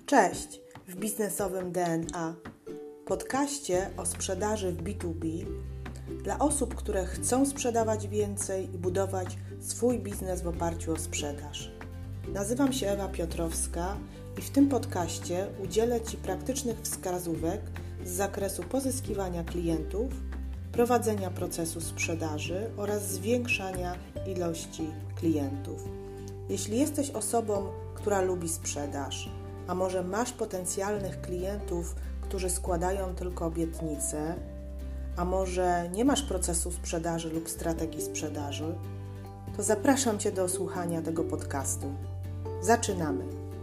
Cześć w biznesowym DNA, podcaście o sprzedaży w B2B dla osób, które chcą sprzedawać więcej i budować swój biznes w oparciu o sprzedaż. Nazywam się Ewa Piotrowska i w tym podcaście udzielę Ci praktycznych wskazówek z zakresu pozyskiwania klientów, prowadzenia procesu sprzedaży oraz zwiększania ilości klientów. Jeśli jesteś osobą, która lubi sprzedaż, a może masz potencjalnych klientów, którzy składają tylko obietnice, a może nie masz procesu sprzedaży lub strategii sprzedaży, to zapraszam Cię do słuchania tego podcastu. Zaczynamy!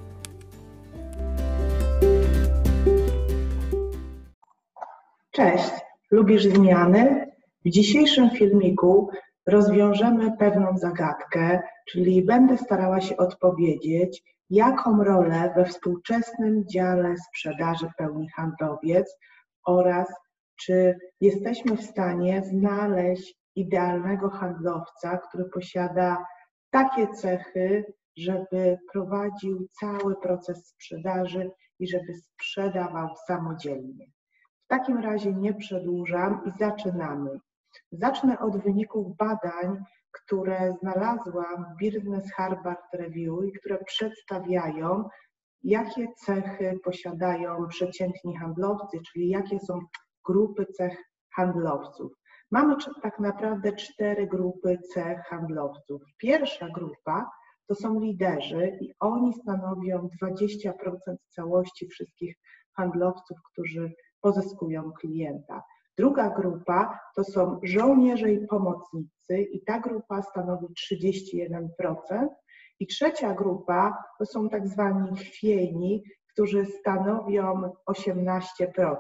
Cześć, lubisz zmiany? W dzisiejszym filmiku rozwiążemy pewną zagadkę, czyli będę starała się odpowiedzieć, jaką rolę we współczesnym dziale sprzedaży pełni handlowiec oraz czy jesteśmy w stanie znaleźć idealnego handlowca, który posiada takie cechy, żeby prowadził cały proces sprzedaży i żeby sprzedawał samodzielnie. W takim razie nie przedłużam i zaczynamy. Zacznę od wyników badań, które znalazłam w Business Harvard Review i które przedstawiają, jakie cechy posiadają przeciętni handlowcy, czyli jakie są grupy cech handlowców. Mamy tak naprawdę 4 grupy cech handlowców. Pierwsza grupa to są liderzy i oni stanowią 20% całości wszystkich handlowców, którzy pozyskują klienta. Druga grupa to są żołnierze i pomocnicy i ta grupa stanowi 31%. I trzecia grupa to są tak zwani chwiejni, którzy stanowią 18%.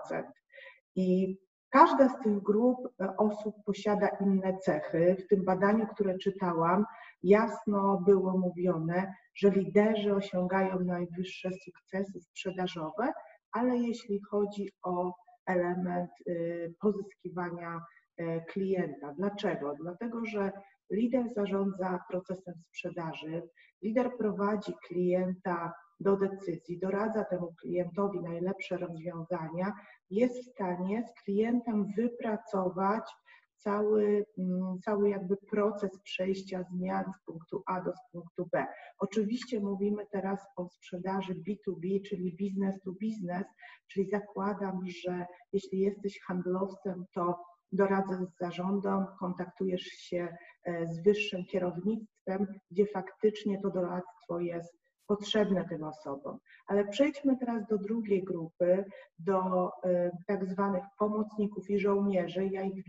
I każda z tych grup osób posiada inne cechy. W tym badaniu, które czytałam, jasno było mówione, że liderzy osiągają najwyższe sukcesy sprzedażowe, ale jeśli chodzi o element pozyskiwania klienta. Dlaczego? Dlatego, że lider zarządza procesem sprzedaży, lider prowadzi klienta do decyzji, doradza temu klientowi najlepsze rozwiązania, jest w stanie z klientem wypracować cały jakby proces przejścia zmian z punktu A do punktu B. Oczywiście mówimy teraz o sprzedaży B2B, czyli business to business, czyli zakładam, że jeśli jesteś handlowcem, to doradzasz zarządom, kontaktujesz się z wyższym kierownictwem, gdzie faktycznie to doradztwo jest potrzebne tym osobom. Ale przejdźmy teraz do drugiej grupy, do tak zwanych pomocników i żołnierzy. Ja ich w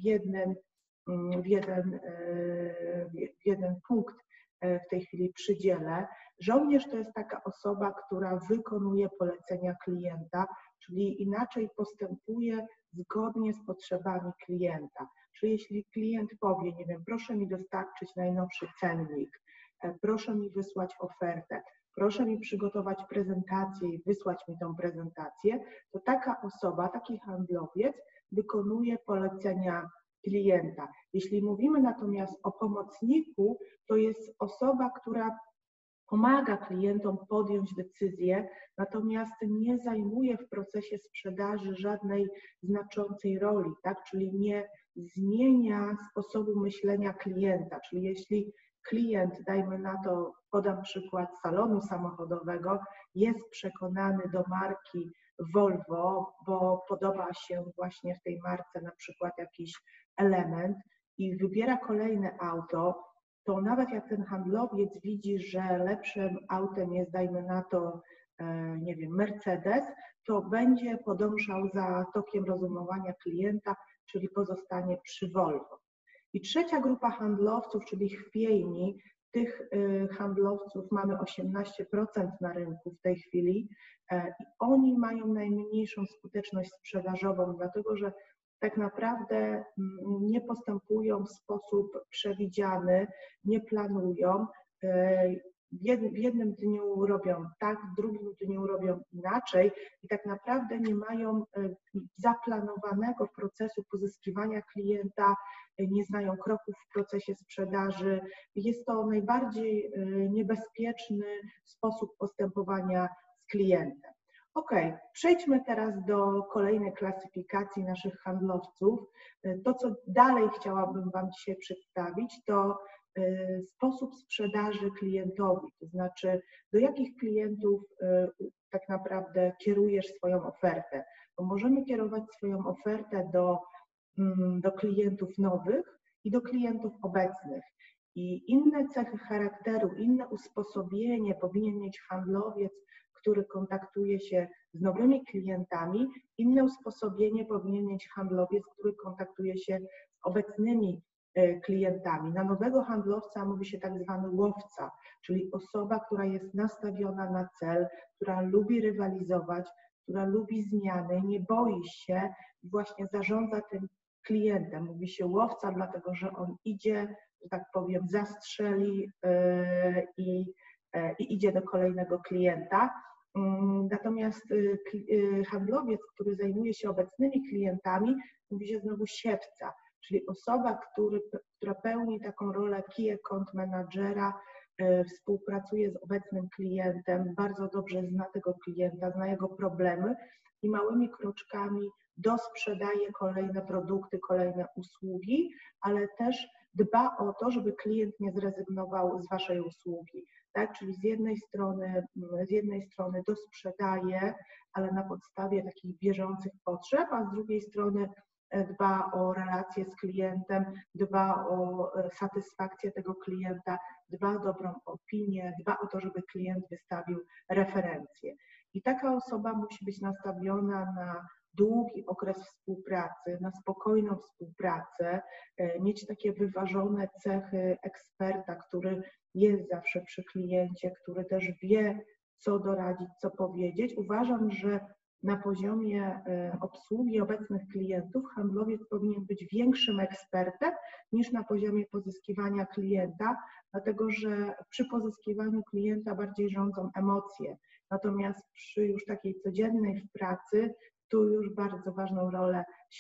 jeden punkt w tej chwili przydzielę. Żołnierz to jest taka osoba, która wykonuje polecenia klienta, czyli inaczej postępuje zgodnie z potrzebami klienta. Czyli jeśli klient powie, nie wiem, proszę mi dostarczyć najnowszy cennik, proszę mi wysłać ofertę, proszę mi przygotować prezentację i wysłać mi tą prezentację, to taka osoba, taki handlowiec wykonuje polecenia klienta. Jeśli mówimy natomiast o pomocniku, to jest osoba, która pomaga klientom podjąć decyzję, natomiast nie zajmuje w procesie sprzedaży żadnej znaczącej roli, tak? Czyli nie zmienia sposobu myślenia klienta, czyli jeśli klient, dajmy na to, podam przykład salonu samochodowego, jest przekonany do marki Volvo, bo podoba się właśnie w tej marce na przykład jakiś element i wybiera kolejne auto, to nawet jak ten handlowiec widzi, że lepszym autem jest, dajmy na to, nie wiem, Mercedes, to będzie podążał za tokiem rozumowania klienta, czyli pozostanie przy Volvo. I trzecia grupa handlowców, czyli chwiejni, tych handlowców mamy 18% na rynku w tej chwili i oni mają najmniejszą skuteczność sprzedażową, dlatego że tak naprawdę nie postępują w sposób przewidziany, nie planują. W jednym dniu robią tak, w drugim dniu robią inaczej i tak naprawdę nie mają zaplanowanego procesu pozyskiwania klienta, nie znają kroków w procesie sprzedaży. Jest to najbardziej niebezpieczny sposób postępowania z klientem. Ok, przejdźmy teraz do kolejnej klasyfikacji naszych handlowców. To, co dalej chciałabym Wam dzisiaj przedstawić, to sposób sprzedaży klientowi, to znaczy do jakich klientów tak naprawdę kierujesz swoją ofertę. Bo możemy kierować swoją ofertę do klientów nowych i do klientów obecnych. I inne cechy charakteru, inne usposobienie powinien mieć handlowiec, który kontaktuje się z nowymi klientami, inne usposobienie powinien mieć handlowiec, który kontaktuje się z obecnymi klientami. Na nowego handlowca mówi się tak zwany łowca, czyli osoba, która jest nastawiona na cel, która lubi rywalizować, która lubi zmiany, nie boi się i właśnie zarządza tym klientem. Mówi się łowca, dlatego że on idzie, że tak powiem, zastrzeli i idzie do kolejnego klienta. Natomiast handlowiec, który zajmuje się obecnymi klientami, mówi się znowu siewca, czyli osoba, która pełni taką rolę key account managera, współpracuje z obecnym klientem, bardzo dobrze zna tego klienta, zna jego problemy i małymi kroczkami dosprzedaje kolejne produkty, kolejne usługi, ale też dba o to, żeby klient nie zrezygnował z Waszej usługi. Tak? Czyli z jednej strony dosprzedaje, ale na podstawie takich bieżących potrzeb, a z drugiej strony dba o relacje z klientem, dba o satysfakcję tego klienta, dba o dobrą opinię, dba o to, żeby klient wystawił referencje. I taka osoba musi być nastawiona na długi okres współpracy, na spokojną współpracę, mieć takie wyważone cechy eksperta, który jest zawsze przy kliencie, który też wie, co doradzić, co powiedzieć. Uważam, że na poziomie obsługi obecnych klientów handlowiec powinien być większym ekspertem niż na poziomie pozyskiwania klienta, dlatego że przy pozyskiwaniu klienta bardziej rządzą emocje. Natomiast przy już takiej codziennej pracy tu już bardzo ważną rolę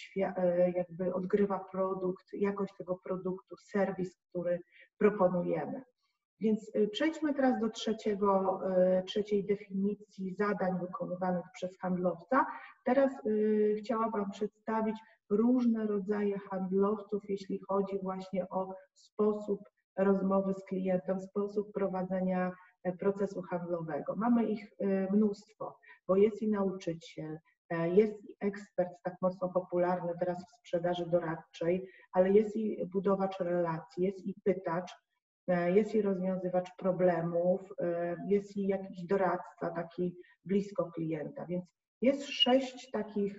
jakby odgrywa produkt, jakość tego produktu, serwis, który proponujemy. Więc przejdźmy teraz do trzeciej definicji zadań wykonywanych przez handlowca. Teraz chciałabym przedstawić różne rodzaje handlowców, jeśli chodzi właśnie o sposób rozmowy z klientem, sposób prowadzenia procesu handlowego. Mamy ich mnóstwo, bo jest i nauczyciel, jest i ekspert, tak mocno popularny teraz w sprzedaży doradczej, ale jest i budowacz relacji, jest i pytacz, jest i rozwiązywacz problemów, jest i jakiś doradca taki blisko klienta. Więc jest 6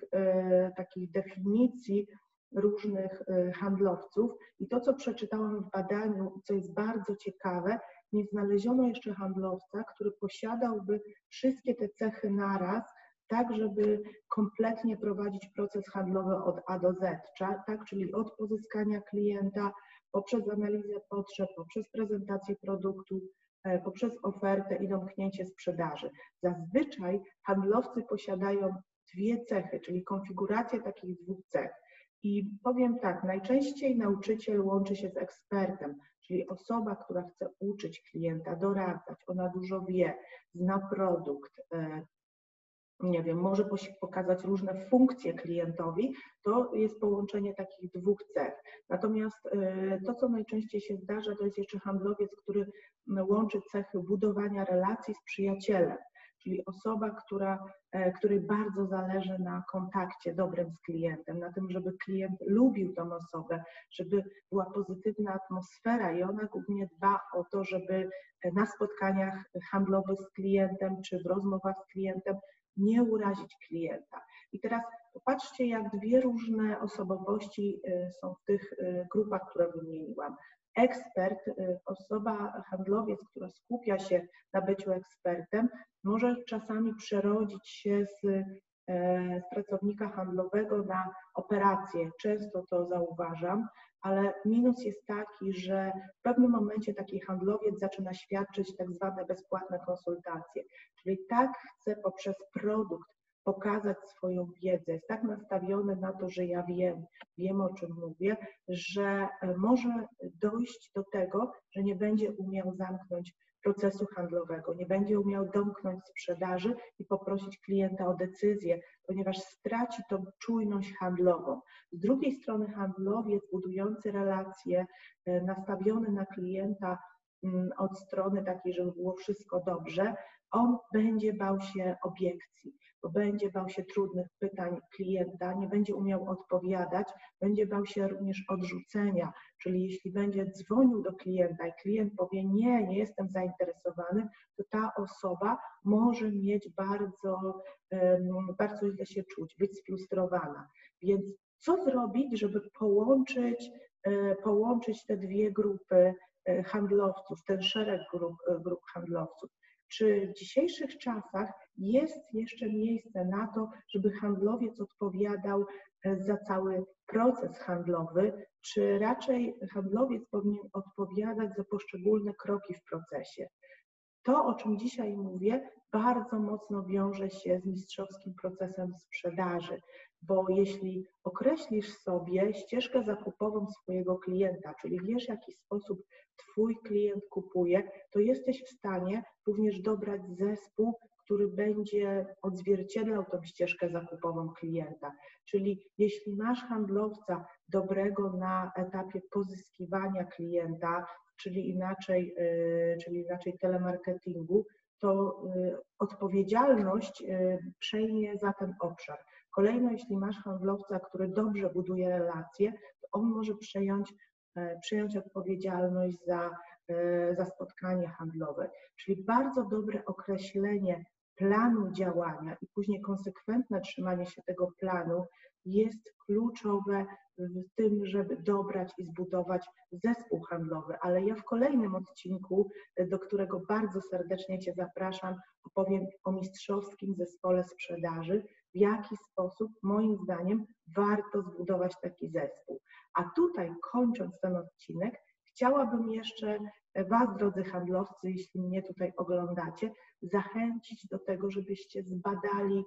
takich definicji różnych handlowców i to, co przeczytałam w badaniu, co jest bardzo ciekawe, nie znaleziono jeszcze handlowca, który posiadałby wszystkie te cechy naraz, tak żeby kompletnie prowadzić proces handlowy od A do Z, tak, czyli od pozyskania klienta, poprzez analizę potrzeb, poprzez prezentację produktu, poprzez ofertę i domknięcie sprzedaży. Zazwyczaj handlowcy posiadają 2 cechy, czyli konfigurację takich 2 cech. I powiem tak, najczęściej nauczyciel łączy się z ekspertem, czyli osoba, która chce uczyć klienta, doradzać, ona dużo wie, zna produkt, nie wiem, może pokazać różne funkcje klientowi, to jest połączenie takich 2 cech. Natomiast to, co najczęściej się zdarza, to jest jeszcze handlowiec, który łączy cechy budowania relacji z przyjacielem, czyli osoba, której bardzo zależy na kontakcie dobrym z klientem, na tym, żeby klient lubił tą osobę, żeby była pozytywna atmosfera i ona głównie dba o to, żeby na spotkaniach handlowych z klientem czy w rozmowach z klientem nie urazić klienta. I teraz popatrzcie, jak 2 różne osobowości są w tych grupach, które wymieniłam. Ekspert, osoba, handlowiec, która skupia się na byciu ekspertem, może czasami przerodzić się z pracownika handlowego na operację. Często to zauważam, ale minus jest taki, że w pewnym momencie taki handlowiec zaczyna świadczyć tak zwane bezpłatne konsultacje. Czyli tak chce poprzez produkt pokazać swoją wiedzę, jest tak nastawiony na to, że ja wiem o czym mówię, że może dojść do tego, że nie będzie umiał zamknąć procesu handlowego, nie będzie umiał domknąć sprzedaży i poprosić klienta o decyzję, ponieważ straci tą czujność handlową. Z drugiej strony handlowiec budujący relacje, nastawiony na klienta od strony takiej, żeby było wszystko dobrze, on będzie bał się obiekcji, bo będzie bał się trudnych pytań klienta, nie będzie umiał odpowiadać, będzie bał się również odrzucenia, czyli jeśli będzie dzwonił do klienta i klient powie nie jestem zainteresowany, to ta osoba może mieć bardzo źle się czuć, być sfrustrowana. Więc co zrobić, żeby połączyć te dwie grupy handlowców, ten szereg grup handlowców? Czy w dzisiejszych czasach jest jeszcze miejsce na to, żeby handlowiec odpowiadał za cały proces handlowy, czy raczej handlowiec powinien odpowiadać za poszczególne kroki w procesie? To, o czym dzisiaj mówię, bardzo mocno wiąże się z mistrzowskim procesem sprzedaży, bo jeśli określisz sobie ścieżkę zakupową swojego klienta, czyli wiesz, w jaki sposób Twój klient kupuje, to jesteś w stanie również dobrać zespół, który będzie odzwierciedlał tą ścieżkę zakupową klienta. Czyli jeśli masz handlowca dobrego na etapie pozyskiwania klienta, czyli inaczej telemarketingu, to odpowiedzialność przejmie za ten obszar. Kolejno, jeśli masz handlowca, który dobrze buduje relacje, to on może przejąć odpowiedzialność za spotkanie handlowe. Czyli bardzo dobre określenie planu działania i później konsekwentne trzymanie się tego planu jest kluczowe w tym, żeby dobrać i zbudować zespół handlowy. Ale ja w kolejnym odcinku, do którego bardzo serdecznie Cię zapraszam, opowiem o mistrzowskim zespole sprzedaży, w jaki sposób moim zdaniem warto zbudować taki zespół. A tutaj, kończąc ten odcinek, chciałabym jeszcze Was, drodzy handlowcy, jeśli mnie tutaj oglądacie, zachęcić do tego, żebyście zbadali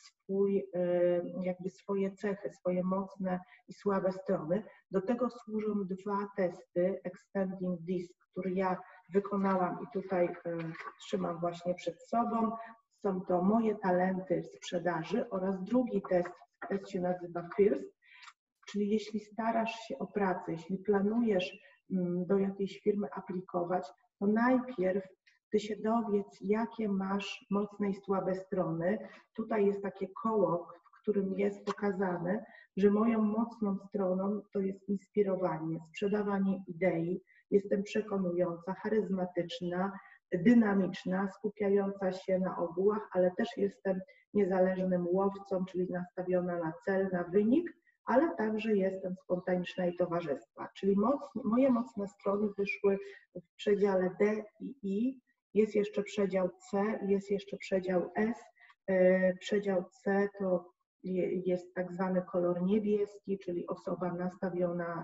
swoje cechy, swoje mocne i słabe strony. Do tego służą dwa testy Extending Disc, który ja wykonałam i tutaj trzymam właśnie przed sobą. Są to moje talenty w sprzedaży oraz drugi test się nazywa FIRST, czyli jeśli starasz się o pracę, jeśli planujesz do jakiejś firmy aplikować, to najpierw Ty się dowiedz, jakie masz mocne i słabe strony. Tutaj jest takie koło, w którym jest pokazane, że moją mocną stroną to jest inspirowanie, sprzedawanie idei. Jestem przekonująca, charyzmatyczna, dynamiczna, skupiająca się na ogółach, ale też jestem niezależnym łowcą, czyli nastawiona na cel, na wynik, ale także jestem spontaniczna i towarzystwa. Czyli moje mocne strony wyszły w przedziale D i I. Jest jeszcze przedział C, jest jeszcze przedział S. Przedział C to jest tak zwany kolor niebieski, czyli osoba nastawiona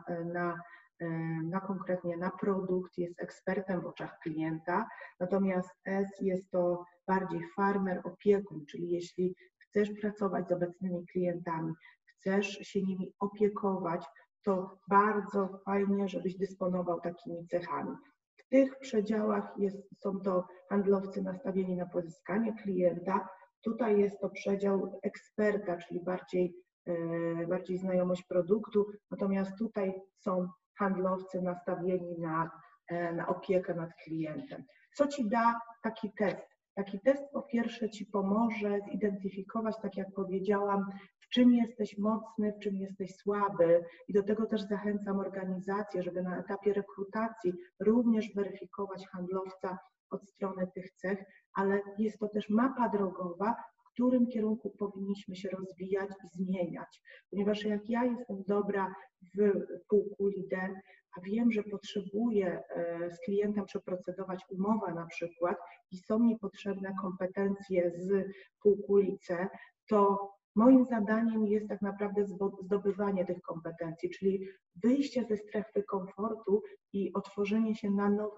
konkretnie na produkt, jest ekspertem w oczach klienta. Natomiast S jest to bardziej farmer, opiekun, czyli jeśli chcesz pracować z obecnymi klientami, chcesz się nimi opiekować, to bardzo fajnie, żebyś dysponował takimi cechami. W tych przedziałach są to handlowcy nastawieni na pozyskanie klienta. Tutaj jest to przedział eksperta, czyli bardziej znajomość produktu, natomiast tutaj są handlowcy nastawieni na opiekę nad klientem. Co Ci da taki test? Taki test po pierwsze Ci pomoże zidentyfikować, tak jak powiedziałam, w czym jesteś mocny, w czym jesteś słaby i do tego też zachęcam organizację, żeby na etapie rekrutacji również weryfikować handlowca od strony tych cech, ale jest to też mapa drogowa, w którym kierunku powinniśmy się rozwijać i zmieniać. Ponieważ jak ja jestem dobra w półkuli D, a wiem, że potrzebuję z klientem przeprocedować umowę na przykład i są mi potrzebne kompetencje z półkuli C, to moim zadaniem jest tak naprawdę zdobywanie tych kompetencji, czyli wyjście ze strefy komfortu i otworzenie się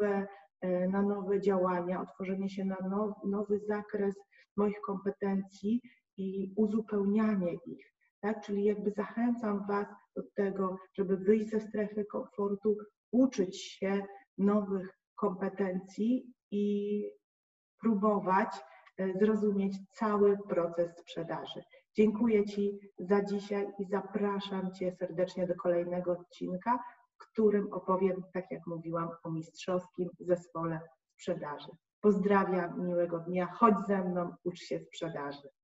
na nowe działania, otworzenie się na nowy zakres moich kompetencji i uzupełnianie ich. Tak? Czyli jakby zachęcam Was do tego, żeby wyjść ze strefy komfortu, uczyć się nowych kompetencji i próbować zrozumieć cały proces sprzedaży. Dziękuję Ci za dzisiaj i zapraszam Cię serdecznie do kolejnego odcinka, w którym opowiem, tak jak mówiłam, o mistrzowskim zespole sprzedaży. Pozdrawiam, miłego dnia, chodź ze mną, ucz się sprzedaży.